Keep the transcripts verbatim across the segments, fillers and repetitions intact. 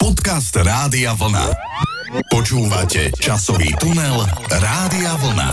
Podcast Rádia Vlna. Počúvate časový tunel Rádia Vlna.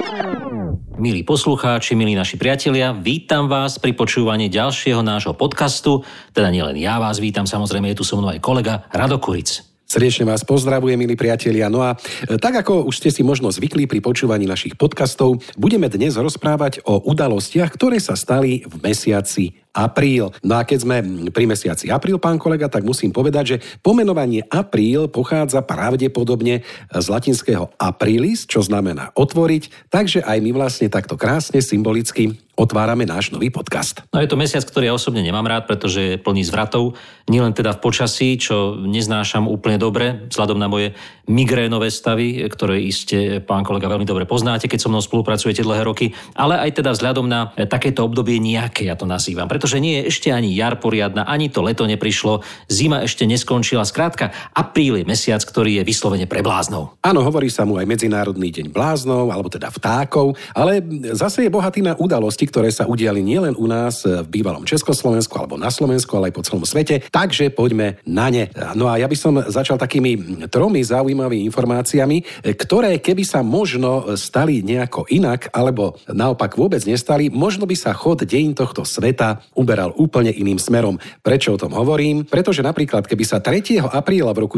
Milí poslucháči, milí naši priatelia, vítam vás pri počúvaní ďalšieho nášho podcastu. Teda nielen ja vás vítam, samozrejme je tu so mnou aj kolega Rado Kuric. Srdečne vás pozdravujem, milí priatelia. No a tak ako už ste si možno zvykli pri počúvaní našich podcastov, budeme dnes rozprávať o udalostiach, ktoré sa stali v mesiaci apríl. No a keď sme pri mesiaci apríl, pán kolega, tak musím povedať, že pomenovanie apríl pochádza pravdepodobne z latinského aprilis, čo znamená otvoriť, takže aj my vlastne takto krásne, symbolicky otvárame náš nový podcast. No je to mesiac, ktorý ja osobne nemám rád, pretože je plný zvratov, nielen teda v počasí, čo neznášam úplne dobre, vzhľadom na moje migrénové stavy, ktoré iste, pán kolega, veľmi dobre poznáte, keď so mnou spolupracujete dlhé roky, ale aj teda vzhľadom na takéto obdobie nejaké, ja to nazývam, pretože nie je ešte ani jar poriadna, ani to leto neprišlo, zima ešte neskončila. Skrátka, apríl je mesiac, ktorý je vyslovene pre bláznov. Áno, hovorí sa mu aj Medzinárodný deň bláznov, alebo teda vtákov, ale zase je bohatý na udalosti, ktoré sa udiali nielen u nás v bývalom Československu alebo na Slovensku, ale aj po celom svete. Takže poďme na ne. No a ja by som začal takými tromi zaujímavými informáciami, ktoré keby sa možno stali nejako inak, alebo naopak vôbec nestali, možno by sa chod dejín tohto sveta uberal úplne iným smerom. Prečo o tom hovorím? Pretože napríklad, keby sa tretieho apríla v roku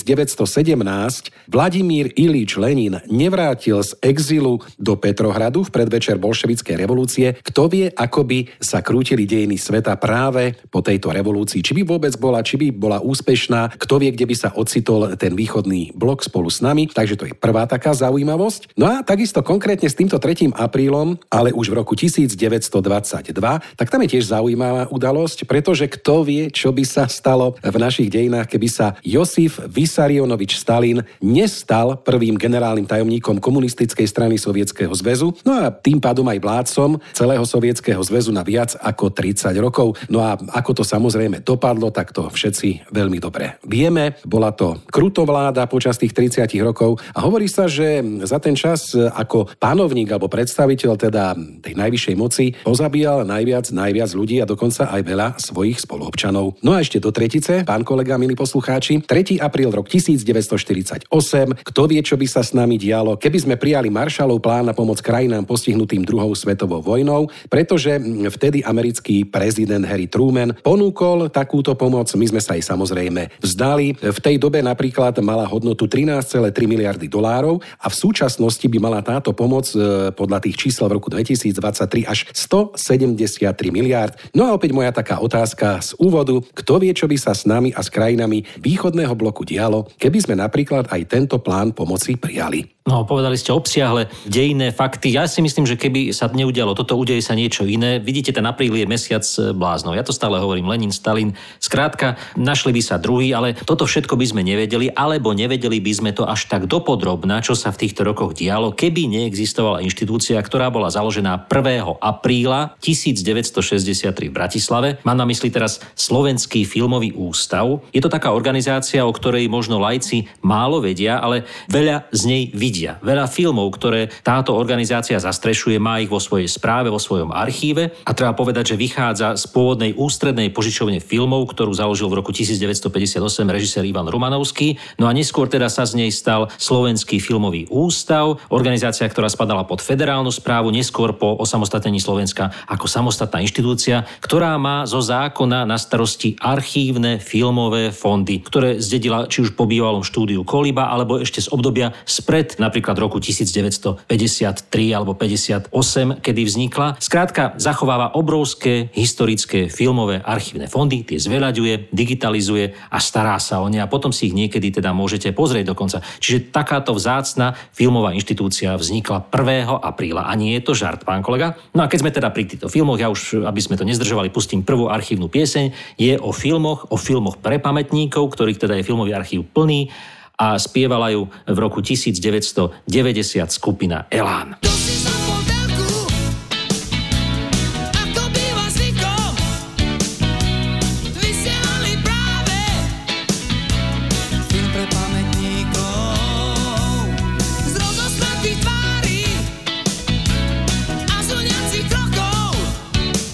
devätnásťstosedemnásť Vladimír Ilíč Lenin nevrátil z exilu do Petrohradu v predvečer bolševickej revolúcie, kto vie, ako by sa krútili dejiny sveta práve po tejto revolúcii. Či by vôbec bola, či by bola úspešná, kto vie, kde by sa ocitol ten východný blok spolu s nami. Takže to je prvá taká zaujímavosť. No a takisto konkrétne s týmto tretím aprílom, ale už v roku devätnásťstodvadsaťdva, tak tam je tiež zaujímavá udalosť, pretože kto vie, čo by sa stalo v našich dejinách, keby sa Josif Vysarionovič Stalin nestal prvým generálnym tajomníkom komunistickej strany Sovietskeho zväzu, no a tým pádom aj vládcom celého Sovietskeho zväzu na viac ako tridsať rokov. No a ako to samozrejme dopadlo, tak to všetci veľmi dobre vieme. Bola to krutovláda počas tých tridsať rokov a hovorí sa, že za ten čas ako panovník alebo predstaviteľ teda tej najvyššej moci pozabíjal najviac, najviac ľudí a dokonca aj veľa svojich spoluobčanov. No a ešte do tretice, pán kolega, milí poslucháči, tretieho apríla rok devätnásťstoštyridsaťosem, kto vie, čo by sa s nami dialo, keby sme prijali Marshallov plán na pomoc krajinám postihnutým druhou svetovou vojnou, pretože vtedy americký prezident Harry Truman ponúkol takúto pomoc, my sme sa jej samozrejme vzdali. V tej dobe napríklad mala hodnotu trinásť celé tri miliardy dolárov a v súčasnosti by mala táto pomoc podľa tých čísel v roku dvetisícdvadsaťtri až stosedemdesiattri miliárd. No a opäť moja taká otázka z úvodu, kto vie, čo by sa s nami a s krajinami východného bloku dialo, keby sme napríklad aj tento plán pomoci prijali. No, povedali ste obsiahle dejinné fakty. Ja si myslím, že keby sa neudialo toto, udeje sa niečo iné. Vidíte, ten apríl je mesiac bláznov. Ja to stále hovorím, Lenin, Stalin. Skrátka, našli by sa druhý, ale toto všetko by sme nevedeli, alebo nevedeli by sme to až tak dopodrobna, čo sa v týchto rokoch dialo, keby neexistovala inštitúcia, ktorá bola založená prvého apríla devätnásťstošesťdesiattri v Bratislave. Mám na mysli teraz Slovenský filmový ústav. Je to taká organizácia, o ktorej možno laici málo vedia, ale veľa z nej vidia. Veľa filmov, ktoré táto organizácia zastrešuje, má ich vo svojej správe, vo svojom archíve a treba povedať, že vychádza z pôvodnej ústrednej požičovne filmov, ktorú založil v roku devätnásťstopäťdesiatosem režisér Ivan Romanovský. No a neskôr teda sa z nej stal Slovenský filmový ústav, organizácia, ktorá spadala pod federálnu správu, neskôr po osamostatnení Slovenska ako samostatná inštitúcia, ktorá má zo zákona na starosti archívne filmové fondy, ktoré zdedila či už po bývalom štúdiu Koliba, alebo ešte z obdobia spred napríklad roku devätnásťstopäťdesiattri alebo päťdesiatosem, kedy vznikla. Skrátka, zachováva obrovské historické filmové archívne fondy, tie zveľaďuje, digitalizuje a stará sa o ne a potom si ich niekedy teda môžete pozrieť dokonca. Čiže takáto vzácna filmová inštitúcia vznikla prvého apríla a nie je to žart, pán kolega. No a keď sme teda pri týchto filmoch, ja už, aby sme to nezdržovali, pustím prvú archívnu pieseň, je o filmoch, o filmoch pre pamätníkov, ktorých teda je filmový archív plný, a spievala ju v roku devätnásťstodeväťdesiat skupina Elán.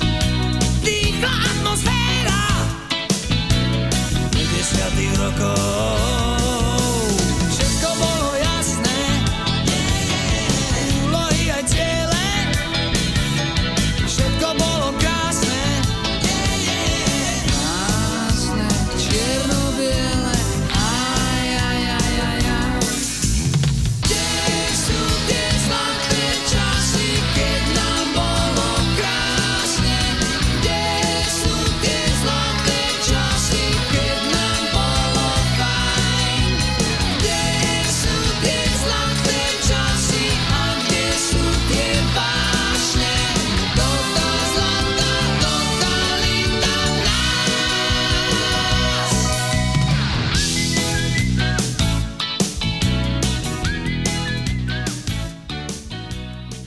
Rokov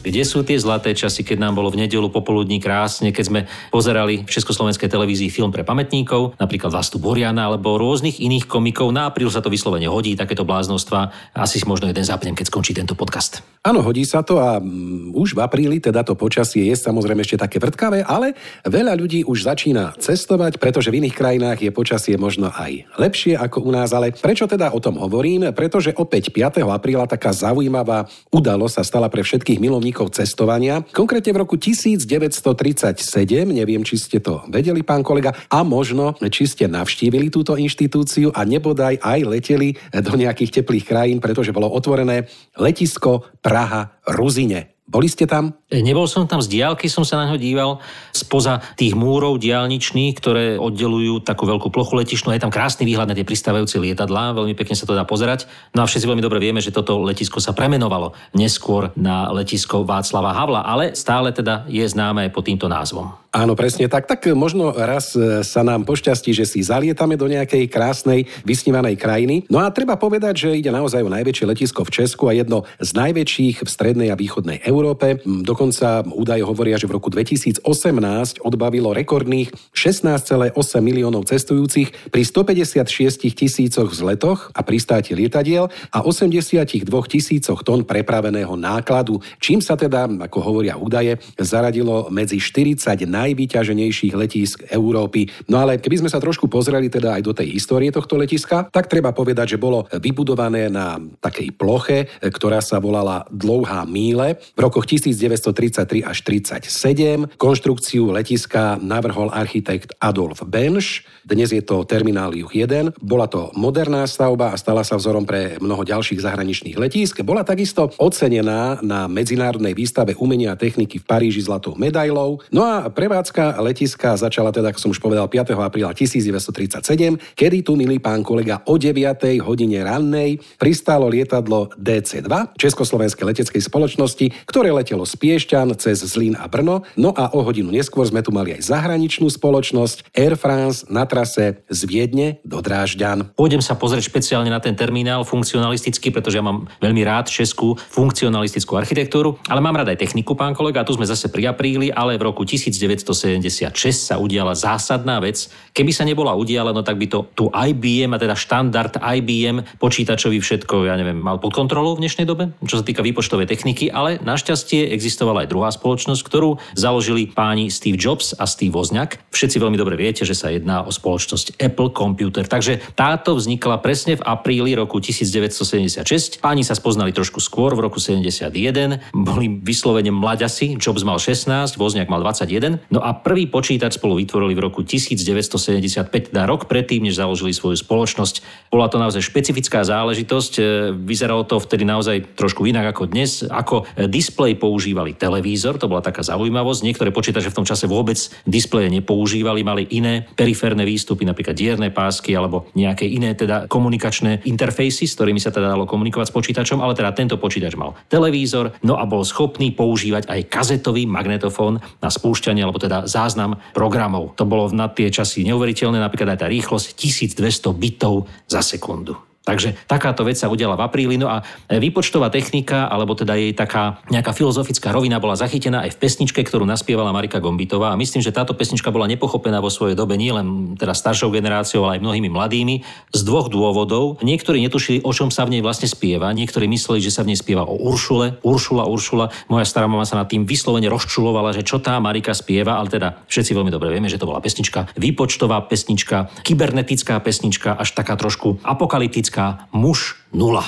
Kde sú tie zlaté časy, keď nám bolo v nedeľu popoludní krásne, keď sme pozerali v československej televízii film pre pamätníkov, napríklad Vlastu Buriana alebo rôznych iných komikov. Na apríl sa to vyslovene hodí, takéto bláznostva. Asi si možno jeden zapnem, keď skončí tento podcast. Áno, hodí sa to a um, už v apríli teda to počasie je samozrejme ešte také vrtkavé, ale veľa ľudí už začína cestovať, pretože v iných krajinách je počasie možno aj lepšie ako u nás. Ale prečo teda o tom hovorím? Pretože opäť piateho apríla taká zaujímavá udalosť sa stala pre všetkých milovníkov cestovania. Konkrétne v roku devätnásťtridsaťsedem, neviem, či ste to vedeli, pán kolega, a možno, či ste navštívili túto inštitúciu a nebodaj aj leteli do nejakých teplých krajín, pretože bolo otvorené letisko Praha-Ruzine. Boli ste tam? Nebol som tam, z diaľky som sa na ňo díval, spoza tých múrov diaľničných, ktoré oddelujú takú veľkú plochu letišnú. Je tam krásny výhľad na tie pristávajúce lietadlá, veľmi pekne sa to dá pozerať. No a všetci veľmi dobre vieme, že toto letisko sa premenovalo neskôr na letisko Václava Havla, ale stále teda je známe aj pod týmto názvom. Áno, presne tak. Tak možno raz sa nám pošťastí, že si zalietame do nejakej krásnej, vysnívanej krajiny. No a treba povedať, že ide naozaj o najväčšie letisko v Česku a jedno z najväčších v strednej a východnej Európe. Dokonca údaje hovoria, že v roku dvetisícosemnásť odbavilo rekordných šestnásť celá osem miliónov cestujúcich pri stopäťdesiatšesť tisícoch vzletoch a pristáti lietadiel a osemdesiatdva tisícoch tón prepraveného nákladu, čím sa teda, ako hovoria údaje, zaradilo medzi štyridsať najvyťaženejších letísk Európy. No ale keby sme sa trošku pozreli teda aj do tej histórie tohto letiska, tak treba povedať, že bolo vybudované na takej ploche, ktorá sa volala Dlouhá míle. V rokoch devätnásťtridsaťtri až tridsaťsedem konštrukciu letiska navrhol architekt Adolf Benš. Dnes je to terminál Juh jeden. Bola to moderná stavba a stala sa vzorom pre mnoho ďalších zahraničných letísk. Bola takisto ocenená na medzinárodnej výstave umenia a techniky v Paríži zlatou medailou. No a prevádzka letiska začala teda, ako som už povedal, piateho apríla devätnásťtridsaťsedem, kedy tu, milý pán kolega, o deviatej hodine rannej pristálo lietadlo dé cé dva Československej leteckej spoločnosti, ktoré letelo z Piešťan cez Zlín a Brno. No a o hodinu neskôr sme tu mali aj zahraničnú spoločnosť Air France na trase z Viedne do Drážďan. Pôjdem sa pozrieť špeciálne na ten terminál funkcionalistický, pretože ja mám veľmi rád českú funkcionalistickú architektúru, ale mám rád aj techniku, pán kolega. Tu sme zase pri apríli, ale v roku devätnásťsedemdesiatšesť sa udiala zásadná vec. Keby sa nebola udiala, no tak by to tu í bé em, a teda štandard í bé em počítačový všetko, ja neviem, mal pod kontrolou v dnešnej dobe, čo sa týka výpočtovej techniky, ale našťastie existovala aj druhá spoločnosť, ktorú založili páni Steve Jobs a Steve Wozniak. Všetci veľmi dobre viete, že sa jedná o spoločnosť Apple Computer. Takže táto vznikla presne v apríli roku devätnásťsedemdesiatšesť. Páni sa spoznali trošku skôr, v roku sedemdesiatjeden. Boli vyslovene mlaďasi. Jobs mal šestnásť, Wozniak mal dvadsaťjeden. No a prvý počítač spolu vytvorili v roku devätnásťsedemdesiatpäť, teda rok predtým, než založili svoju spoločnosť. Bola to naozaj špecifická záležitosť. Vyzeralo to vtedy naozaj trošku inak ako dnes. Ako displej používali televízor, to bola taká zaujímavosť. Niektoré počítače v tom čase vôbec displeje nepoužívali, mali iné periférne výstupy, napríklad dierne pásky alebo nejaké iné teda komunikačné interfejsy, s ktorými sa teda dalo komunikovať s počítačom, ale teda tento počítač mal televízor, no a bol schopný používať aj kazetový magnetofón na spúšťanie alebo teda záznam programov. To bolo na tie časy neuveriteľné, napríklad aj tá rýchlosť tisícdvesto bitov za sekundu. Takže takáto vec sa udiala v apríli. No a výpočtová technika, alebo teda jej taká nejaká filozofická rovina bola zachytená aj v pesničke, ktorú naspievala Marika Gombitová. A myslím, že táto pesnička bola nepochopená vo svojej dobe nielen teda staršou generáciou, ale aj mnohými mladými z dvoch dôvodov. Niektorí netušili, o čom sa v nej vlastne spieva. Niektorí mysleli, že sa v nej spieva o Uršule. Uršula, Uršula. Moja stará mama sa nad tým vyslovene rozčulovala, že čo tá Marika spieva, ale teda všetci veľmi dobre vieme, že to bola pesnička, výpočtová pesnička, kybernetická pesnička, až taká trošku apokalyptická. Muž nula.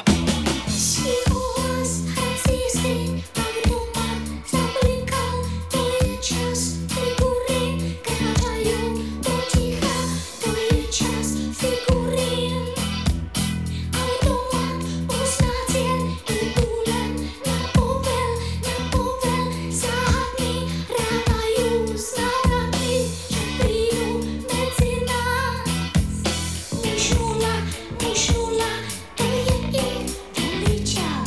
Muž nula, ej, ej, ej,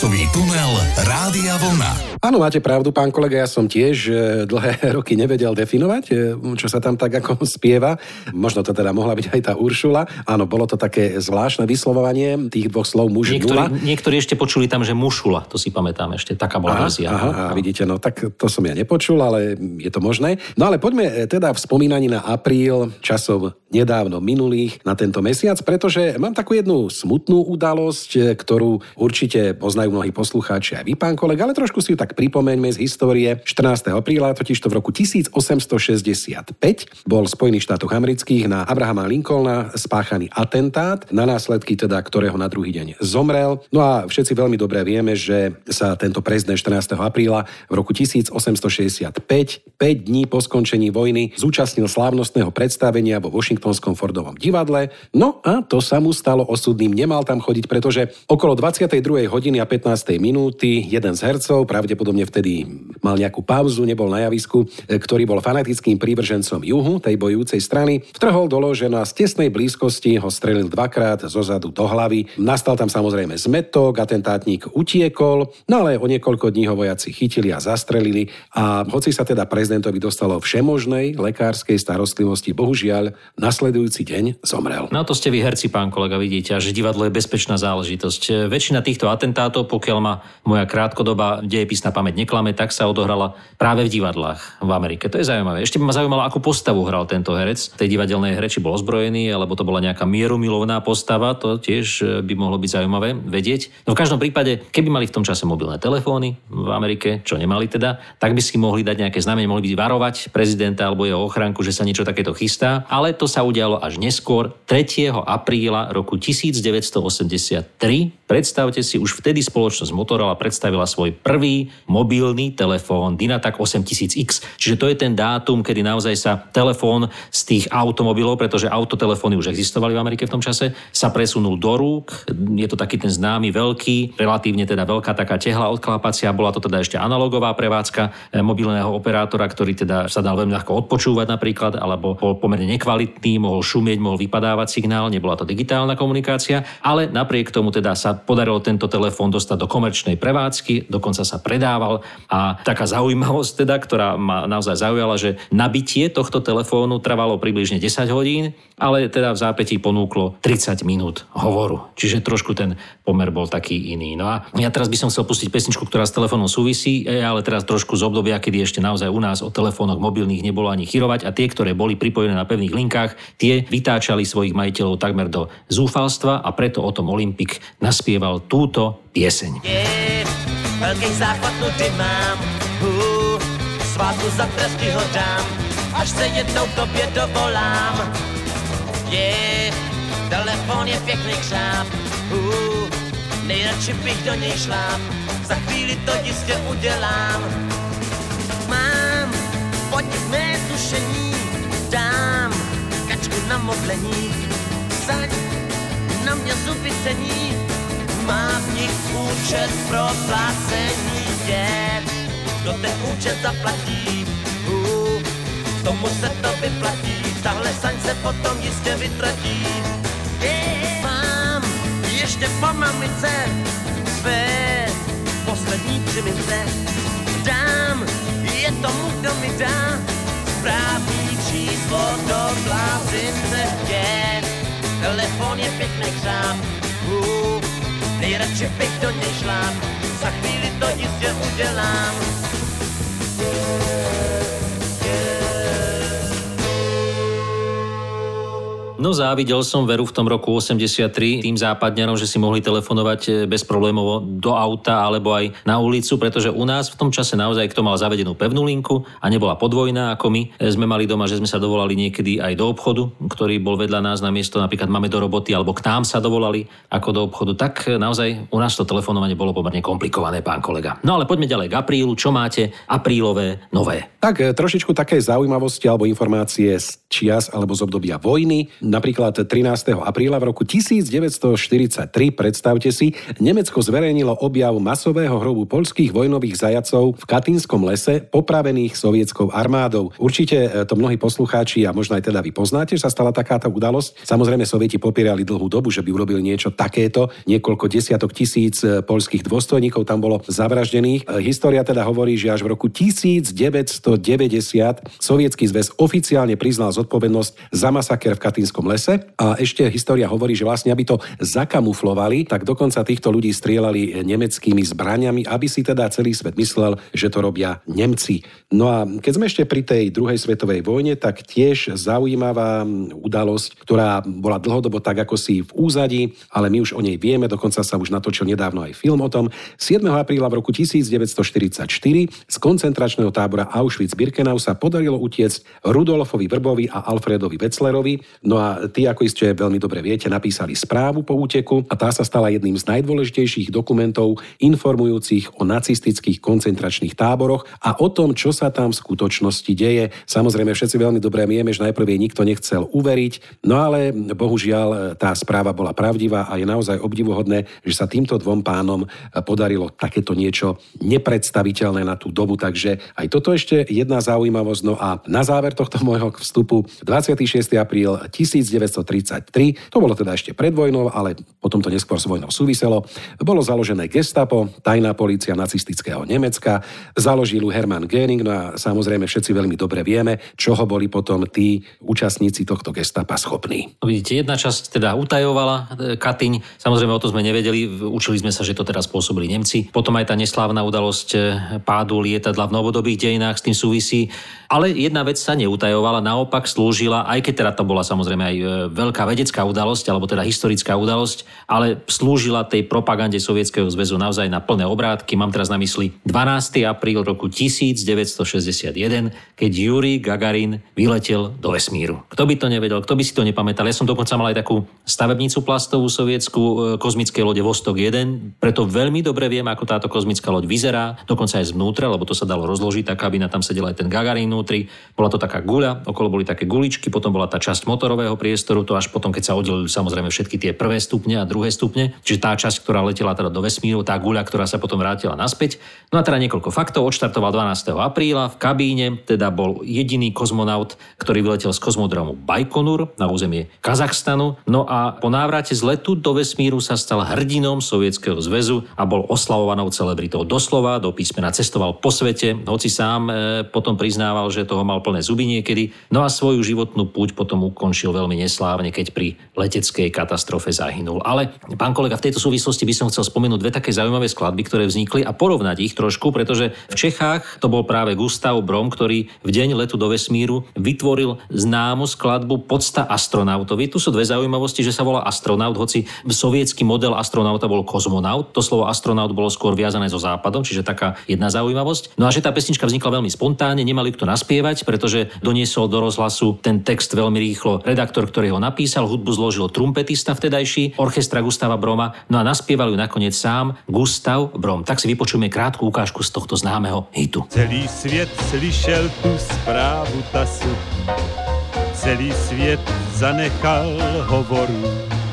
Časový tunel Rádia Vlna. Áno, máte pravdu, pán kolega, ja som tiež dlhé roky nevedel definovať, čo sa tam tak ako spieva. Možno to teda mohla byť aj tá Uršula. Áno, bolo to také zvláštne vyslovovanie tých dvoch slov muž nula. Niektorí, niektorí ešte počuli tam, že mušula, to si pamätám ešte, taká bola verzia. Aha, a vidíte, no tak to som ja nepočul, ale je to možné. No ale poďme teda v spomínaní na apríl časov nedávno minulých na tento mesiac, pretože mám takú jednu smutnú udalosť, ktorú určite poznajú mnohí poslucháči aj vy, pán kolega, ale trošku si ju tak pripomeňme z histórie. štrnásteho apríla, totižto v roku tisícosemstošesťdesiatpäť bol v Spojených štátoch amerických na Abrahama Lincolna spáchaný atentát, na následky teda ktorého na druhý deň zomrel. No a všetci veľmi dobre vieme, že sa tento prezident štrnásteho apríla v roku tisícosemstošesťdesiatpäť, päť dní po skončení vojny, zúčastnil slávnostného predstavenia vo Washingtonskom Fordovom divadle. No a to sa mu stalo osudným, nemal tam chodiť, pretože okolo dvadsiatej druhej hodiny a pätnástej minúty jeden z hercov, pravdepodobne vtedy mal nejakú pauzu, nebol na javisku, ktorý bol fanatickým prívržencom juhu, tej bojujúcej strany, vtrhol do lože, no a z tesnej blízkosti ho strelil dvakrát zozadu do hlavy. Nastal tam samozrejme zmätok, atentátnik utiekol, no ale o niekoľko dní ho vojaci chytili a zastrelili a hoci sa teda prezidentovi dostalo všemožnej lekárskej starostlivosti, bohužiaľ nasledujúci deň zomrel. No to ste vy herci, pán kolega, vidíte, že divadlo je bezpečná záležitosť. Väčšina týchto atentátov, pokiaľ ma moja krátkodobá dejepisná pamäť neklame, tak sa odohrala práve v divadlách v Amerike. To je zaujímavé. Ešte by ma zaujímalo, akú postavu hral tento herec v tej divadelnej hre, či bol ozbrojený, alebo to bola nejaká mierumilovná postava, to tiež by mohlo byť zaujímavé vedieť. No v každom prípade, keby mali v tom čase mobilné telefóny v Amerike, čo nemali teda, tak by si mohli dať nejaké znamenie, mohli by varovať prezidenta alebo jeho ochránku, že sa niečo takéto chystá, ale to sa udialo až neskôr, tretieho apríla roku devätnásťstoosemdesiattri. Predstavte si, už vtedy spoločnosť Motorola predstavila svoj prvý mobilný telefón Dynatac osemtisíc X. Čiže to je ten dátum, kedy naozaj sa telefón z tých automobilov, pretože autotelefóny už existovali v Amerike v tom čase, sa presunul do rúk. Je to taký ten známy veľký, relatívne teda veľká taká tehla odklápacia. Bola to teda ešte analogová prevádzka mobilného operátora, ktorý teda sa dal veľmi ľahko odpočúvať napríklad, alebo bol pomerne nekvalitný, mohol šumieť, mohol vypadávať signál, nebola to digitálna komunikácia, ale napriek tomu teda sa podarilo tento telefón dostať do komerčnej prevádzky, dokonca sa predával a taká zaujímavosť teda, ktorá ma naozaj zaujala, že nabitie tohto telefónu trvalo približne desať hodín, ale teda v zápätí ponúklo tridsať minút hovoru. Čiže trošku ten pomer bol taký iný. No a ja teraz by som chcel pustiť pesničku, ktorá s telefónom súvisí, ale teraz trošku z obdobia, kedy ešte naozaj u nás o telefónoch mobilných nebolo ani chyrovať a tie, ktoré boli pripojené na pevných linkách, tie vytáčali svojich majiteľov takmer do zúfalstva a preto o tom Olympik naspieval túto pieseň. Je, veľký záchvat nudy mám, uh, svátku za tresty ho dám, až se jednou k tobě dovolám. Je, telefon je pěkný křáp, uh, nejradši bych do něj šláp, za chvíli to jistě udělám. Mám podnik mé tušení, dám kačku na modlení, zaň na mě zuby cení, má v nich účet pro placení, je, kdo ten účet zaplatí, uh, tomu se to vyplatí, tahle saň se potom jistě vytratí. Je, mám ještě po mamice své poslední tři mince, dám je tomu, kdo mi dá správný číslo do blázince, je, telefon je pěkný křáp, uh, nejradši bych do něj šláp, za chvíli to jistě udělám. No závidel som veru v tom roku osemdesiattri tým západňanom, že si mohli telefonovať bezproblémovo do auta alebo aj na ulicu, pretože u nás v tom čase naozaj kto mal zavedenú pevnú linku a nebola podvojná ako my. Sme mali doma, že sme sa dovolali niekedy aj do obchodu, ktorý bol vedľa nás na miesto, napríklad máme do roboty alebo k nám sa dovolali ako do obchodu. Tak naozaj u nás to telefonovanie bolo pomerne komplikované, pán kolega. No ale poďme ďalej k aprílu. Čo máte aprílové nové? Tak trošičku také zaujímavosti alebo informácie z čias alebo z obdobia vojny. Napríklad trinásteho apríla v roku tisícdeväťstoštyridsaťtri, predstavte si, Nemecko zverejnilo objav masového hrobu poľských vojnových zajacov v Katynskom lese, popravených sovietskou armádou. Určite to mnohí poslucháči a možno aj teda vy poznáte, že sa stala takáto udalosť. Samozrejme, Sovieti popierali dlhú dobu, že by urobili niečo takéto. Niekoľko desiatok tisíc poľských dôstojníkov tam bolo zavraždených. História teda hovorí, že až v roku tisícdeväťstodeväťdesiat Sovietsky zväz oficiálne priznal zodpovednosť za masaker v Katynskom lese. A ešte história hovorí, že vlastne aby to zakamuflovali, tak dokonca týchto ľudí strieľali nemeckými zbraňami, aby si teda celý svet myslel, že to robia Nemci. No a keď sme ešte pri tej druhej svetovej vojne, tak tiež zaujímavá udalosť, ktorá bola dlhodobo tak ako si v úzadí, ale my už o nej vieme, dokonca sa už natočil nedávno aj film o tom. siedmeho apríla v roku tisícdeväťstoštyridsaťštyri z koncentračného tábora Auschwitz-Birkenau sa podarilo utiecť Rudolfovi Vrbovi a Alfredovi Wetzlerovi. No a tí, ako iste veľmi dobre viete, napísali správu po úteku a tá sa stala jedným z najdôležitejších dokumentov informujúcich o nacistických koncentračných táboroch a o tom, čo sa tam v skutočnosti deje. Samozrejme, všetci veľmi dobre vieme, že najprv jej nikto nechcel uveriť, no ale bohužiaľ tá správa bola pravdivá a je naozaj obdivuhodné, že sa týmto dvom pánom podarilo takéto niečo nepredstaviteľné na tú dobu. Takže aj toto ešte jedna zaujímavosť. No a na záver tohto môjho vstupu dvadsiateho šiesteho apríla tisícdeväťstotridsaťtri, to bolo teda ešte pred vojnou, ale potom to neskôr s vojnou súviselo, bolo založené Gestapo, tajná polícia nacistického Nemecka, založil ju Hermann Göring, no a samozrejme všetci veľmi dobre vieme, čoho boli potom tí účastníci tohto Gestapa schopní. Vidíte, jedna časť teda utajovala Katyň, samozrejme o to sme nevedeli, učili sme sa, že to teraz spôsobili Nemci. Potom aj tá neslávna udalosť pádu lietadla v novodobých dejinách s tým súvisí. Ale jedna vec sa neutajovala, naopak slúžila, aj keď teda to bola samozrejme aj veľká vedecká udalosť, alebo teda historická udalosť, ale slúžila tej propagande Sovietskeho zväzu naozaj na plné obrátky. Mám teraz na mysli dvanásteho apríl roku tisícdeväťstošesťdesiatjeden, keď Jurij Gagarin vyletel do vesmíru. Kto by to nevedel, kto by si to nepamätal? Ja som dokonca mal aj takú stavebnicu plastovú sovietsku kozmickej lode Vostok jeden, preto veľmi dobre viem, ako táto kozmická loď vyzerá, dokonca aj zvnútra, lebo to sa dalo rozložiť, tá kabína, tam sedel aj ten Gagarin vnútri. Bola to taká guľa, okolo boli také guličky, potom bola tá časť motorového priestoru, to až potom, keď sa oddelili samozrejme všetky tie prvé stupne a druhé stupne, čiže tá časť, ktorá letela teda do vesmíru, tá guľa, ktorá sa potom vrátila naspäť. No a teda niekoľko faktov. Odštartoval dvanásteho apríla v kabíne, teda bol jediný kozmonaut, ktorý vyletel z kozmodromu Bajkonur na územie Kazachstanu. No a po návrate z letu do vesmíru sa stal hrdinom Sovietskeho zväzu a bol oslavovanou celebritou. Doslova do písmena cestoval po svete, hoci sám e, potom priznával, že toho mal plné zuby niekedy. No a svoju životnú púť potom ukončil veľmi neslávne, keď pri leteckej katastrofe zahynul. Ale pán kolega, v tejto súvislosti by som chcel spomenúť dve také zaujímavé skladby, ktoré vznikli a porovnať ich trošku, pretože v Čechách to bol práve Gustav Brom, ktorý v deň letu do vesmíru vytvoril známu skladbu Podsta astronautovi. Tu sú dve zaujímavosti, že sa volá astronaut, hoci sovietský model astronauta bol kozmonaut. To slovo astronaut bolo skôr viazané so západom, čiže taká jedna zaujímavosť. No a že tá pesnička vznikla veľmi spontánne, nemali kto naspievať, pretože doniesol do rozhlasu ten text veľmi rýchlo redaktor, ktorý ho napísal, hudbu zložil trumpetista vtedajší orchestra Gustava Broma, no a naspieval ju nakoniec sám Gustav Brom. Tak si vypočujeme krátku ukážku z tohto známeho hitu. Celý svět slyšel tu zprávu tasu, celý svět zanechal hovoru,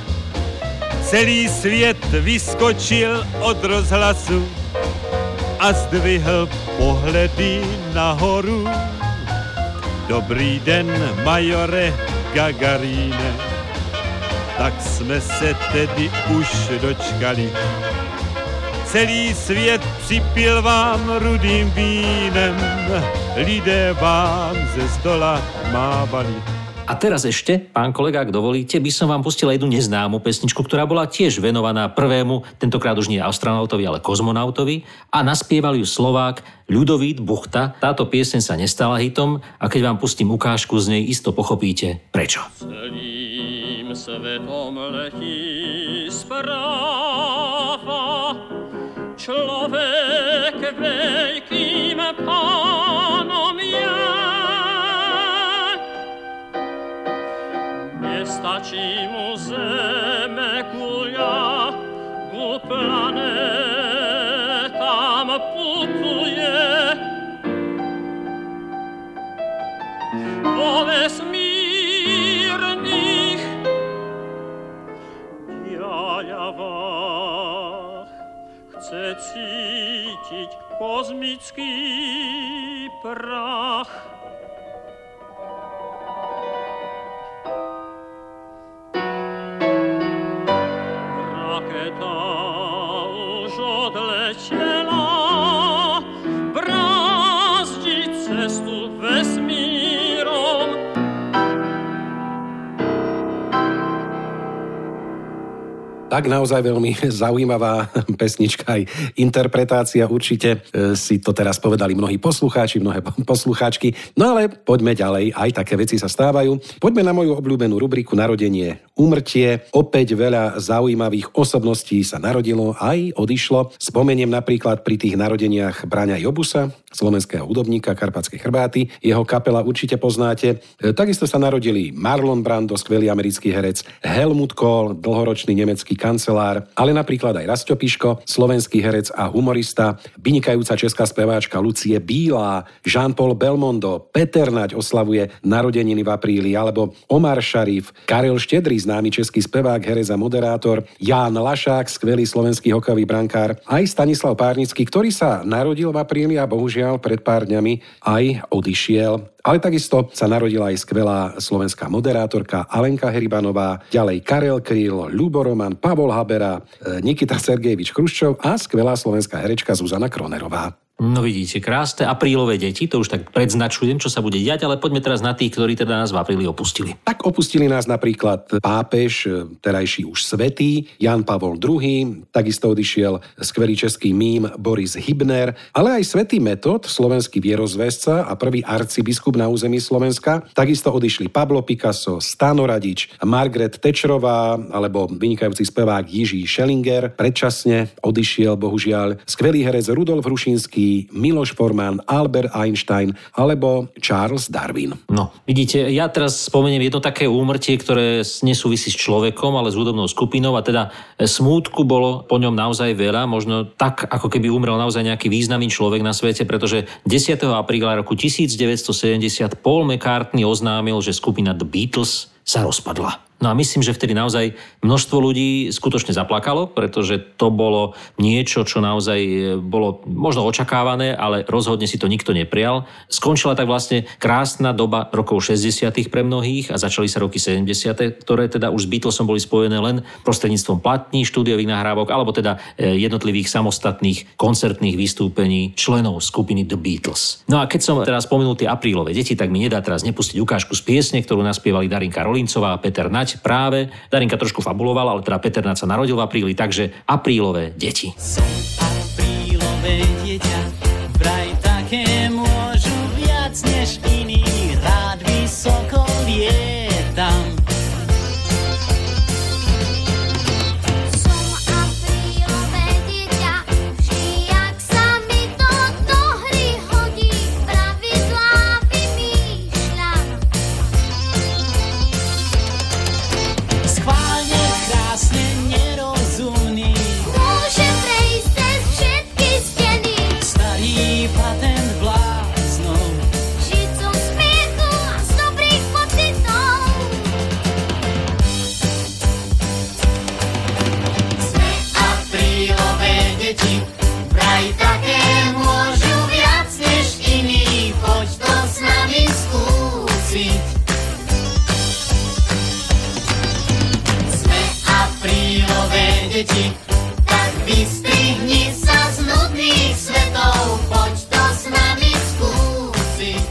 celý svět vyskočil od rozhlasu a zdvihl pohledy nahoru. Dobrý den, majore Gagaríne, tak jsme se tedy už dočkali. Celý svět připil vám rudým vínem, lidé vám ze zdola mávali. A teraz ešte, pán kolega, ak dovolíte, by som vám pustil jednu neznámu pesničku, ktorá bola tiež venovaná prvému, tentokrát už nie astronautovi, ale kozmonautovi, a naspieval ju Slovák Ľudovít Buchta. Táto pieseň sa nestala hitom a keď vám pustím ukážku z nej, isto pochopíte prečo. Celým svetom letí správa, človek veľkým pánom je. Nestačí mu zeme guľa, ku planetám putuje. Vo vesmírnych kosmický prach. Raketa už odletela, brázdi cestu vesmírom. Tak naozaj veľmi zaujímavá pesnička aj interpretácia. Určite si to teraz povedali mnohí poslucháči, mnohé poslucháčky. No ale poďme ďalej, aj také veci sa stávajú. Poďme na moju obľúbenú rubriku Narodenie, úmrtie. Opäť veľa zaujímavých osobností sa narodilo, aj odišlo. Spomeniem napríklad pri tých narodeniach Braňa Jobusa, slovenského hudobníka Karpatskej Chrbáty. Jeho kapela určite poznáte. Takisto sa narodili Marlon Brando, skvelý americký herec, Helmut Kohl, dlhoročný nemecký kancelár, ale napríklad aj Rasťo Piško, slovenský herec a humorista, vynikajúca česká speváčka Lucie Bílá, Jean-Paul Belmondo, Peter Naď oslavuje narodeniny v apríli, alebo Omar Šarif, Karel Štedrý, známy český spevák, herec a moderátor, Ján Lašák, skvelý slovenský hokejový brankár, aj Stanislav Párnický, ktorý sa narodil v apríli a bohužiaľ pred pár dňami aj odišiel. Ale takisto sa narodila aj skvelá slovenská moderátorka Alenka Heribanová, ďalej Karel Kryl, Ľubo Roman, Pavol Habera, Nikita Sergejevič Chruščov a skvelá slovenská herečka Zuzana Kronerová. No vidíte, krásne aprílové deti, to už tak predznačujem, čo sa bude diať, ale poďme teraz na tých, ktorí teda nás v apríli opustili. Tak opustili nás napríklad pápež, terajší už svätý, Jan Pavol druhý, takisto odišiel skvelý český mím Boris Hybner, ale aj svätý Metod, slovenský vierozvesca a prvý arcibiskup na území Slovenska. Takisto odišli Pablo Picasso, Stano Radič, Margaret Thatcherová alebo vynikajúci spevák Jiří Schellinger. Predčasne odišiel bohužiaľ skvelý herec Rudolf Hrušinský, Miloš Forman, Albert Einstein alebo Charles Darwin. No, vidíte, ja teraz spomeniem jedno také úmrtie, ktoré nesúvisí s človekom, ale s hudobnou skupinou, a teda smútku bolo po ňom naozaj veľa, možno tak, ako keby umrel naozaj nejaký významný človek na svete, pretože desiateho apríla roku devätnásťstosedemdesiat Paul McCartney oznámil, že skupina The Beatles sa rozpadla. No a myslím, že vtedy naozaj množstvo ľudí skutočne zaplakalo, pretože to bolo niečo, čo naozaj bolo možno očakávané, ale rozhodne si to nikto neprijal. Skončila tak vlastne krásna doba rokov šesťdesiatych pre mnohých a začali sa roky sedemdesiate, ktoré teda už s Beatlesom boli spojené len prostredníctvom platní, štúdiových nahrávok alebo teda jednotlivých samostatných koncertných vystúpení členov skupiny The Beatles. No a keď som teraz spomenul tie aprílové deti, tak mi nedá teraz nepustiť ukážku z piesne, ktorú naspievali Darinka Rolíncová a Peter Naď. Práve Darinka trošku fabulovala, ale teda Peter Naď sa narodil v apríli, takže aprílové deti. Som aprílové dieťa, vraj také môžu viac než iní, rád vysoko lietam. Som aprílové dieťa, vždy jak sa mi to do hry hodí, pravidlá vymýšľam. Schválne, krásne, nerozumný, Môže prejsť cez všetky steny, starý patent bláznov. žiť zo smiechu a z dobrých pocitov. Sme aprílové deti, vraj také môžu viac než iní, poď to s nami skúsiť. Sme aprílové deti, tak vystrihni sa z nudných svetov, poď to s nami skúsiť.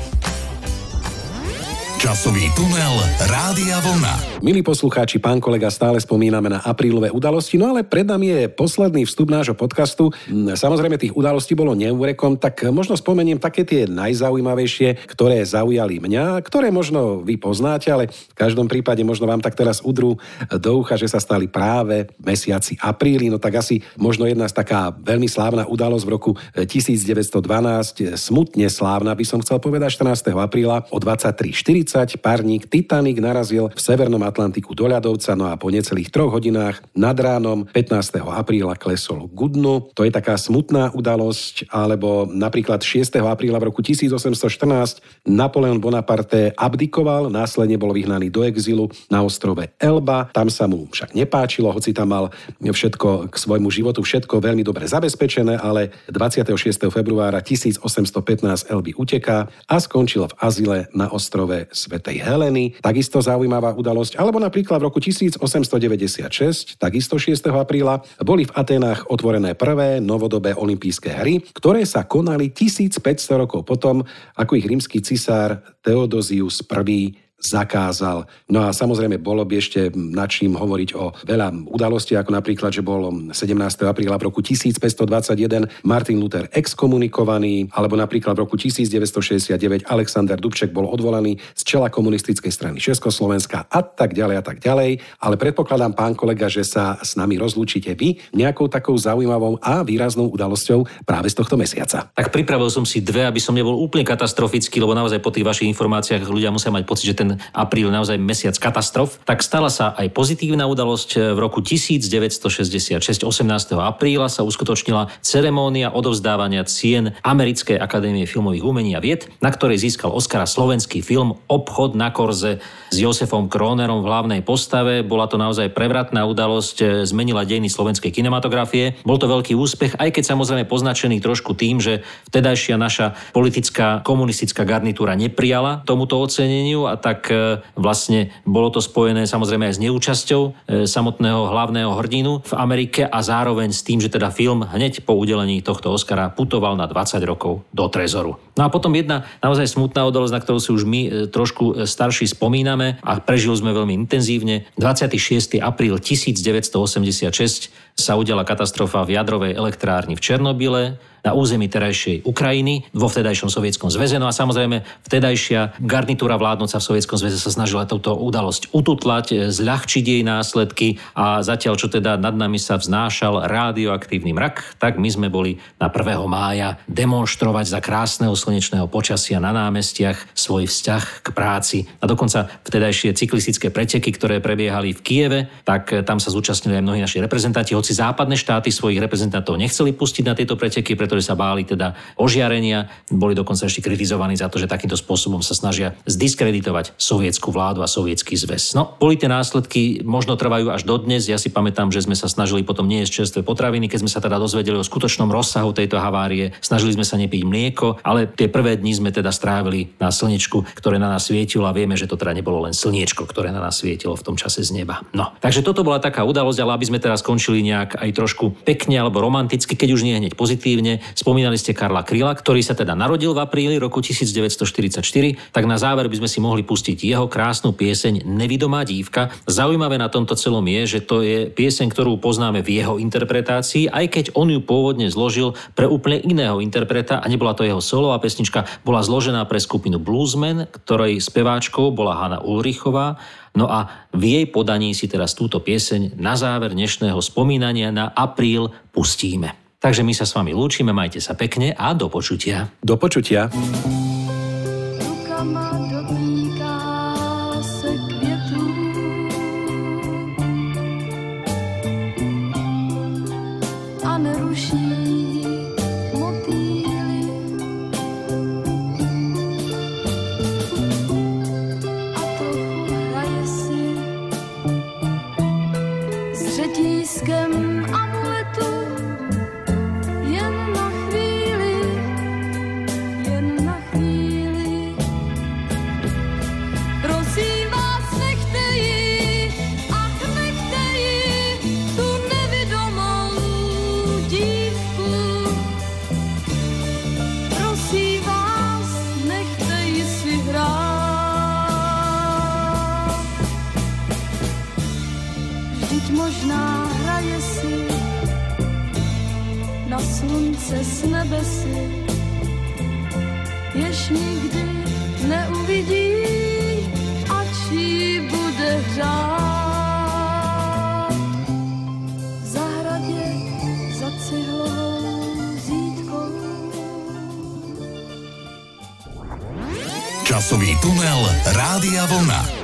Časový tunel Rádia Vlna. Milí poslucháči, pán kolega, stále spomíname na aprílové udalosti, no ale pred nami je posledný vstup nášho podcastu. Samozrejme, tých udalostí bolo neúrekom, tak možno spomeniem také tie najzaujímavejšie, ktoré zaujali mňa, ktoré možno vy poznáte, ale v každom prípade možno vám tak teraz udrú do ucha, že sa stali práve v mesiaci apríli. No tak asi možno jedna z taká veľmi slávna udalosť v roku devätnásť dvanásť, smutne slávna, by som chcel povedať, štrnásteho apríla o dvadsaťtri štyridsať tridsať parník Titanic narazil v Severnom Atlantiku do ľadovca, no a po necelých troch hodinách nad ránom pätnásteho apríla klesol k dnu. To je taká smutná udalosť, alebo napríklad šiesteho apríla v roku tisícosemstoštrnásť Napoleon Bonaparte abdikoval, následne bol vyhnaný do exilu na ostrove Elba. Tam sa mu však nepáčilo, hoci tam mal všetko k svojmu životu, všetko veľmi dobre zabezpečené, ale dvadsiateho šiesteho februára tisícosemstopätnásť Elby uteká a skončil v azile na ostrove Svätej Heleny. Takisto zaujímavá udalosť. Alebo napríklad v roku tisícosemstodeväťdesiatšesť, takisto šiesteho apríla, boli v Aténách otvorené prvé novodobé olympijské hry, ktoré sa konali tisícpäťsto rokov potom, ako ich rímsky cisár Theodosius I zakázal. No a samozrejme bolo by ešte nad čím hovoriť o veľa udalostí, ako napríklad, že bol sedemnásteho apríla v roku tisícpäťstodvadsaťjeden Martin Luther exkomunikovaný, alebo napríklad v roku tisícdeväťstošesťdesiatdeväť Alexander Dubček bol odvolaný z čela komunistickej strany Československa a tak ďalej a tak ďalej. Ale predpokladám, pán kolega, že sa s nami rozlúčite vy nejakou takou zaujímavou a výraznou udalosťou práve z tohto mesiaca. Tak pripravil som si dve, aby som nebol úplne katastrofický, lebo naozaj po tých vašich informáciách ľudia musia mať pocit, že ten apríl naozaj mesiac katastrof. Tak stala sa aj pozitívna udalosť. V roku tisícdeväťstošesťdesiatšesť, osemnásteho apríla sa uskutočnila ceremónia odovzdávania cien Americkej akadémie filmových umení a vied, na ktorej získal Oscara slovenský film Obchod na korze s Josefom Kronerom v hlavnej postave. Bola to naozaj prevratná udalosť, zmenila dejiny slovenskej kinematografie. Bol to veľký úspech, aj keď samozrejme poznačený trošku tým, že vtedajšia naša politická komunistická garnitúra neprijala tomuto oceneniu a tak vlastne bolo to spojené samozrejme aj s neúčasťou samotného hlavného hrdinu v Amerike a zároveň s tým, že teda film hneď po udelení tohto Oscara putoval na dvadsať rokov do trezoru. No a potom jedna naozaj smutná udalosť, na ktorú si už my trošku starší spomíname a prežili sme veľmi intenzívne. dvadsiateho šiesteho apríla tisícdeväťstoosemdesiatšesť sa udiala katastrofa v jadrovej elektrárni v Černobyle na území terajšej Ukrajiny vo vtedajšom Sovietskom zväze. No a samozrejme vtedajšia garnitúra vládnoca v Sovietskom zväze sa snažila túto udalosť ututlať, zľahčiť jej následky a zatiaľ, čo teda nad nami sa vznášal radioaktívny mrak, tak my sme boli na prvého mája demonštrovať za krásneho slnečného počasia na námestiach svoj vzťah k práci. A dokonca vtedajšie cyklistické preteky, ktoré prebiehali v Kieve, tak tam sa zúčastnili aj mnohí naši reprezentanti, hoci západné štáty svojich reprezentantov nechceli pustiť na tieto preteky, pretože sa báli teda ožiarenia, boli dokonca ešte kritizovaní za to, že takýmto spôsobom sa snažia zdiskreditovať sovietsku vládu a sovietsky zväz. No, boli tie následky, možno trvajú až dodnes. Ja si pamätám, že sme sa snažili potom nejesť čerstvé potraviny, keď sme sa teda dozvedeli o skutočnom rozsahu tejto havárie. Snažili sme sa nepiť mlieko, ale tie prvé dni sme teda strávili na slnečku, ktoré na nás svietilo a vieme, že to teda nebolo len slniečko, ktoré na nás svietilo v tom čase z neba. No, takže toto bola taká udalosť, ale aby sme teraz skončili nejak aj trošku pekne alebo romanticky, keď už nie hneď pozitívne. Spomínali ste Karla Kryla, ktorý sa teda narodil v apríli roku tisícdeväťstoštyridsaťštyri, tak na záver by sme si mohli pustiť jeho krásnu pieseň Nevidomá dívka. Zaujímavé na tomto celom je, že to je pieseň, ktorú poznáme v jeho interpretácii, aj keď on ju pôvodne zložil pre úplne iného interpreta a nebola to jeho solová pesnička, bola zložená pre skupinu Bluesmen, ktorej speváčkou bola Hanna Ulrichová. No a v jej podaní si teraz túto pieseň na záver dnešného spomínania na apríl pustíme. Takže my sa s vami lúčime, majte sa pekne a do počutia. Do počutia. Ruka má dotýká se květů. A neruší motýly. A trochu hraje si s řetízkem amuletu. Jen na chvíli, jen na chvíli. Prosím vás, nechte ji, ach nechte ji, tu nevidomou dívku. Prosím vás, nechte ji si hrát. Vždyť možná hraje si na slunce s nebesy, jež nikdy neuvidí, ač jí bude hřát. V zahradě za cihlovou zítkou. Časový tunel Rádia Vlna.